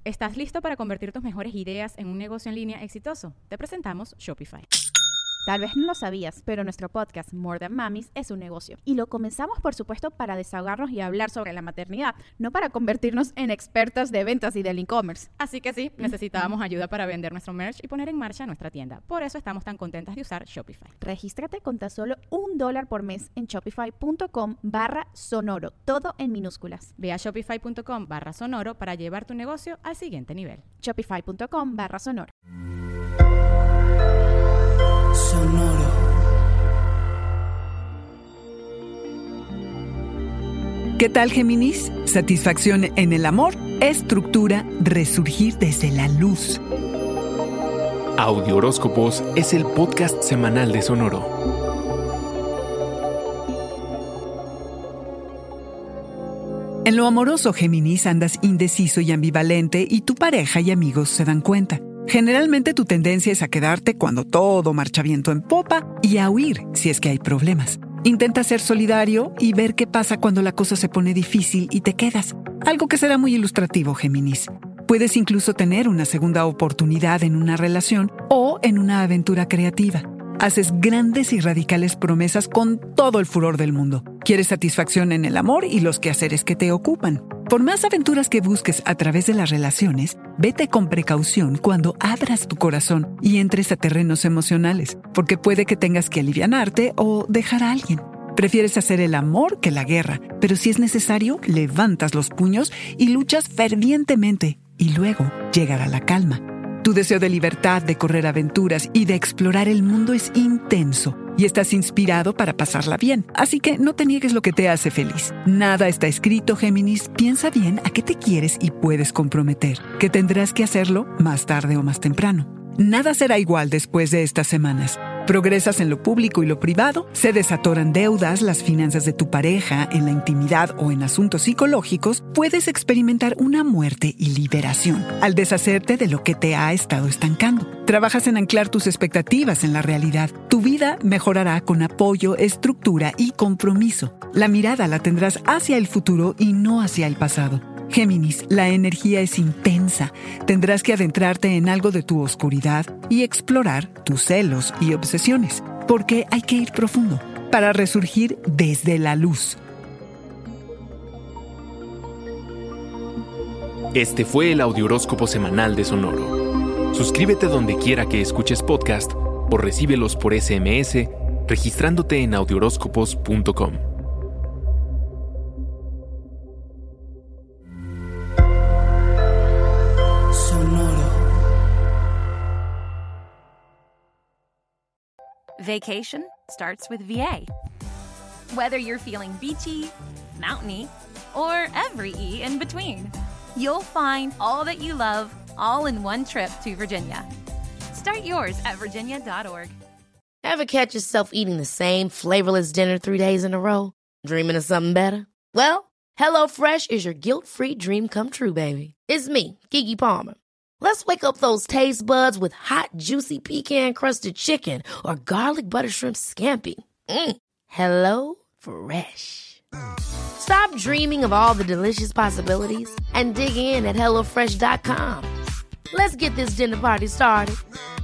¿Estás listo para convertir tus mejores ideas en un negocio en línea exitoso? Te presentamos Shopify. Tal vez no lo sabías, pero nuestro podcast More Than Mamis es un negocio. Y lo comenzamos, por supuesto, para desahogarnos y hablar sobre la maternidad, no para convertirnos en expertas de ventas y del e-commerce. Así que sí, necesitábamos ayuda para vender nuestro merch y poner en marcha nuestra tienda. Por eso estamos tan contentas de usar Shopify. Regístrate con tan solo $1 por mes en shopify.com/sonoro, todo en minúsculas. Ve a shopify.com/sonoro para llevar tu negocio al siguiente nivel. Shopify.com/sonoro. Sonoro. ¿Qué tal, Géminis? Satisfacción en el amor, estructura, resurgir desde la luz. Audio Horóscopos es el podcast semanal de Sonoro. En lo amoroso, Géminis, andas indeciso y ambivalente y tu pareja y amigos se dan cuenta. Generalmente tu tendencia es a quedarte cuando todo marcha viento en popa y a huir si es que hay problemas. Intenta ser solidario y ver qué pasa cuando la cosa se pone difícil y te quedas. Algo que será muy ilustrativo, Géminis. Puedes incluso tener una segunda oportunidad en una relación o en una aventura creativa. Haces grandes y radicales promesas con todo el furor del mundo. Quieres satisfacción en el amor y los quehaceres que te ocupan. Por más aventuras que busques a través de las relaciones, vete con precaución cuando abras tu corazón y entres a terrenos emocionales, porque puede que tengas que alivianarte o dejar a alguien. Prefieres hacer el amor que la guerra, pero si es necesario, levantas los puños y luchas fervientemente, y luego llegará la calma. Tu deseo de libertad, de correr aventuras y de explorar el mundo es intenso y estás inspirado para pasarla bien. Así que no te niegues lo que te hace feliz. Nada está escrito, Géminis. Piensa bien a qué te quieres y puedes comprometer, que tendrás que hacerlo más tarde o más temprano. Nada será igual después de estas semanas. Progresas en lo público y lo privado, se desatoran deudas, las finanzas de tu pareja, en la intimidad o en asuntos psicológicos, puedes experimentar una muerte y liberación al deshacerte de lo que te ha estado estancando. Trabajas en anclar tus expectativas en la realidad. Tu vida mejorará con apoyo, estructura y compromiso. La mirada la tendrás hacia el futuro y no hacia el pasado. Géminis, la energía es intensa. Tendrás que adentrarte en algo de tu oscuridad y explorar tus celos y obsesiones, porque hay que ir profundo para resurgir desde la luz. Este fue el Audio Horóscopo semanal de Sonoro. Suscríbete donde quiera que escuches podcast o recíbelos por SMS registrándote en audiohoróscopos.com. Vacation starts with VA. Whether you're feeling beachy, mountainy, or every E in between, you'll find all that you love all in one trip to Virginia. Start yours at virginia.org. Ever catch yourself eating the same flavorless dinner 3 days in a row? Dreaming of something better? Well, HelloFresh is your guilt-free dream come true, baby. It's me, Keke Palmer. Let's wake up those taste buds with hot, juicy pecan-crusted chicken or garlic butter shrimp scampi. Hello Fresh. Stop dreaming of all the delicious possibilities and dig in at HelloFresh.com. Let's get this dinner party started.